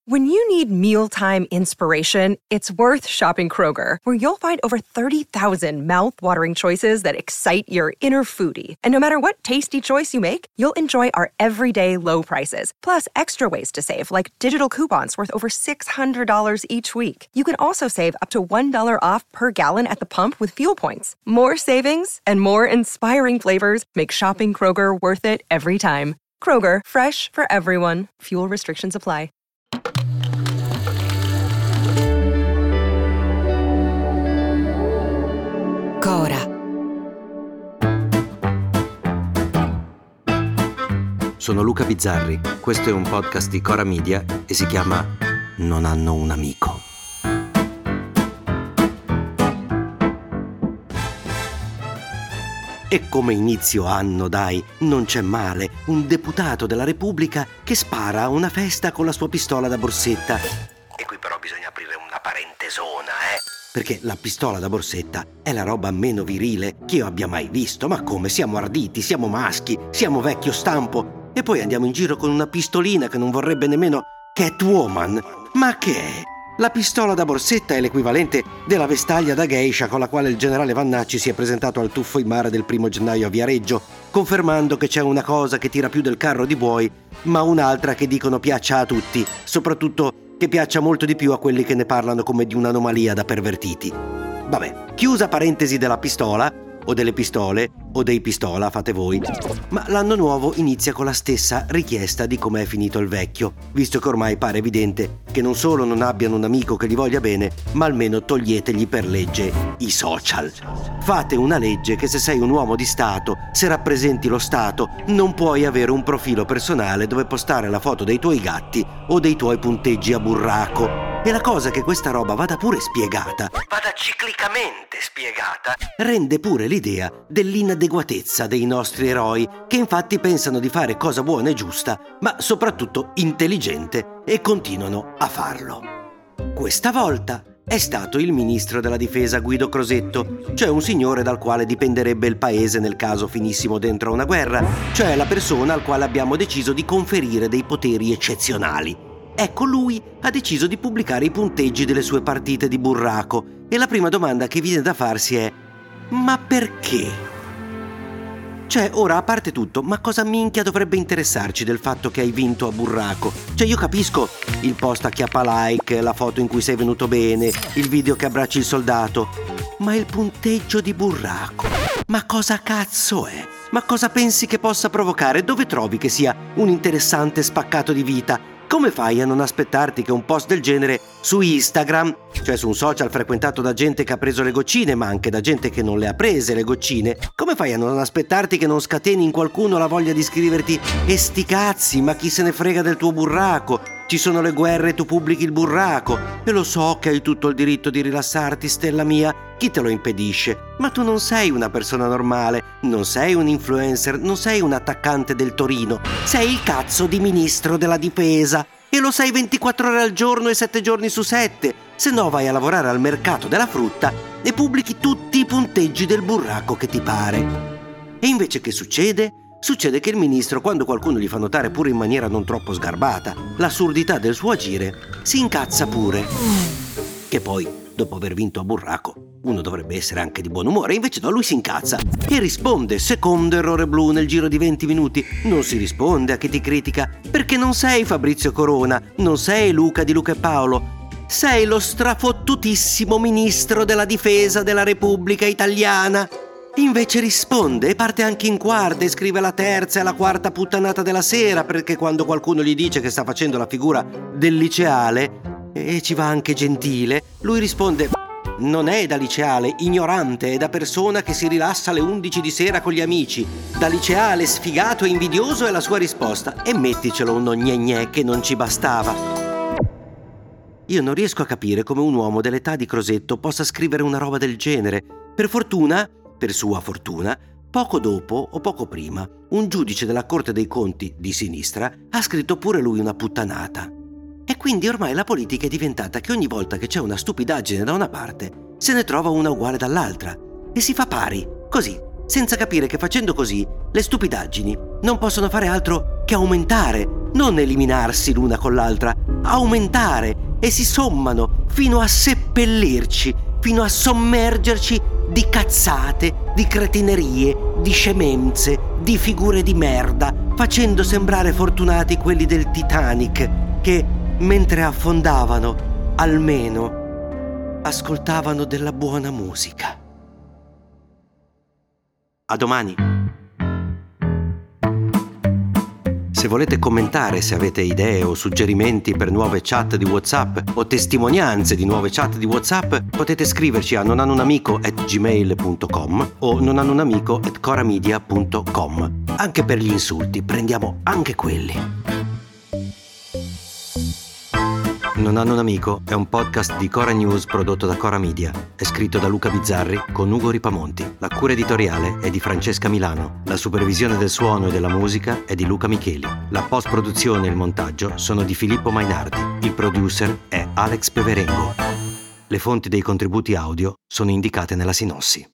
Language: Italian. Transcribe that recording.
When you need mealtime inspiration, it's worth shopping Kroger, where you'll find over 30,000 mouth-watering choices that excite your inner foodie. And no matter what tasty choice you make, you'll enjoy our everyday low prices, plus extra ways to save, like digital coupons worth over $600 each week. You can also save up to $1 off per gallon at the pump with fuel points. More savings and more inspiring flavors make shopping Kroger worth it every time. Kroger, fresh for everyone. Fuel restrictions apply. Cora. Sono Luca Bizzarri, questo è un podcast di Cora Media e si chiama Non hanno un amico. E come inizio anno, dai, non c'è male, un deputato della Repubblica che spara a una festa con la sua pistola da borsetta. E qui però bisogna aprire una parentesona, perché la pistola da borsetta è la roba meno virile che io abbia mai visto. Ma come? Siamo arditi, siamo maschi, siamo vecchio stampo. E poi andiamo in giro con una pistolina che non vorrebbe nemmeno Catwoman. Ma che è? La pistola da borsetta è l'equivalente della vestaglia da geisha con la quale il generale Vannacci si è presentato al tuffo in mare del 1 gennaio a Viareggio, confermando che c'è una cosa che tira più del carro di buoi, ma un'altra che dicono piaccia a tutti, soprattutto che piaccia molto di più a quelli che ne parlano come di un'anomalia da pervertiti. Vabbè, chiusa parentesi della pistola, o delle pistole, o dei pistola, fate voi. Ma l'anno nuovo inizia con la stessa richiesta di com'è finito il vecchio, visto che ormai pare evidente che non solo non abbiano un amico che gli voglia bene, ma almeno toglietegli per legge i social. Fate una legge che se sei un uomo di Stato, se rappresenti lo Stato, non puoi avere un profilo personale dove postare la foto dei tuoi gatti o dei tuoi punteggi a burraco. E la cosa che questa roba vada pure spiegata, vada ciclicamente spiegata, rende pure l'idea dell'inadeguatezza dei nostri eroi, che infatti pensano di fare cosa buona e giusta, ma soprattutto intelligente, e continuano a farlo. Questa volta è stato il ministro della difesa Guido Crosetto, cioè un signore dal quale dipenderebbe il paese nel caso finissimo dentro una guerra, cioè la persona al quale abbiamo deciso di conferire dei poteri eccezionali. Ecco, lui ha deciso di pubblicare i punteggi delle sue partite di burraco e la prima domanda che viene da farsi è: ma perché? Cioè, ora, a parte tutto, ma cosa minchia dovrebbe interessarci del fatto che hai vinto a burraco? Cioè, io capisco il post a chiappa like, la foto in cui sei venuto bene, il video che abbracci il soldato, ma il punteggio di burraco? Ma cosa cazzo è? Ma cosa pensi che possa provocare? Dove trovi che sia un interessante spaccato di vita? Come fai a non aspettarti che un post del genere su Instagram, cioè su un social frequentato da gente che ha preso le goccine, ma anche da gente che non le ha prese le goccine, come fai a non aspettarti che non scateni in qualcuno la voglia di scriverti "e sti cazzi, ma chi se ne frega del tuo burraco? Ci sono le guerre e tu pubblichi il burraco. E lo so che hai tutto il diritto di rilassarti, stella mia. Chi te lo impedisce? Ma tu non sei una persona normale, non sei un influencer, non sei un attaccante del Torino. Sei il cazzo di ministro della difesa. E lo sei 24 ore al giorno e 7 giorni su 7. Se no vai a lavorare al mercato della frutta e pubblichi tutti i punteggi del burraco che ti pare. E invece che succede? Succede che il ministro, quando qualcuno gli fa notare pure in maniera non troppo sgarbata l'assurdità del suo agire, si incazza pure. Che poi, dopo aver vinto a burraco, uno dovrebbe essere anche di buon umore, invece no, lui si incazza e risponde, secondo errore blu nel giro di 20 minuti. Non si risponde a chi ti critica, perché non sei Fabrizio Corona, non sei Luca di Luca e Paolo, sei lo strafottutissimo ministro della difesa della Repubblica Italiana. Invece risponde e parte anche in quarta e scrive la terza e la quarta puttanata della sera, perché quando qualcuno gli dice che sta facendo la figura del liceale, e ci va anche gentile, lui risponde: non è da liceale, ignorante, è da persona che si rilassa alle 11 di sera con gli amici. Da liceale sfigato e invidioso è la sua risposta. E metticelo uno gne che non ci bastava. Io non riesco a capire come un uomo dell'età di Crosetto possa scrivere una roba del genere. Per fortuna, per sua fortuna, poco dopo o poco prima, un giudice della Corte dei Conti di sinistra ha scritto pure lui una puttanata. E quindi ormai la politica è diventata che ogni volta che c'è una stupidaggine da una parte, se ne trova una uguale dall'altra. E si fa pari, così, senza capire che facendo così le stupidaggini non possono fare altro che aumentare, non eliminarsi l'una con l'altra. aumentare e si sommano fino a seppellirci, fino a sommergerci di cazzate, di cretinerie, di scemenze, di figure di merda, facendo sembrare fortunati quelli del Titanic che, mentre affondavano, almeno ascoltavano della buona musica. A domani. Se volete commentare, se avete idee o suggerimenti per nuove chat di WhatsApp o testimonianze di nuove chat di WhatsApp, potete scriverci a nonhanunamico@gmail.com o nonhanunamico@coramedia.com. Anche per gli insulti, prendiamo anche quelli. Non hanno un amico è un podcast di Cora News prodotto da Cora Media. È scritto da Luca Bizzarri con Ugo Ripamonti. La cura editoriale è di Francesca Milano. La supervisione del suono e della musica è di Luca Micheli. La post-produzione e il montaggio sono di Filippo Mainardi. Il producer è Alex Peverengo. Le fonti dei contributi audio sono indicate nella sinossi.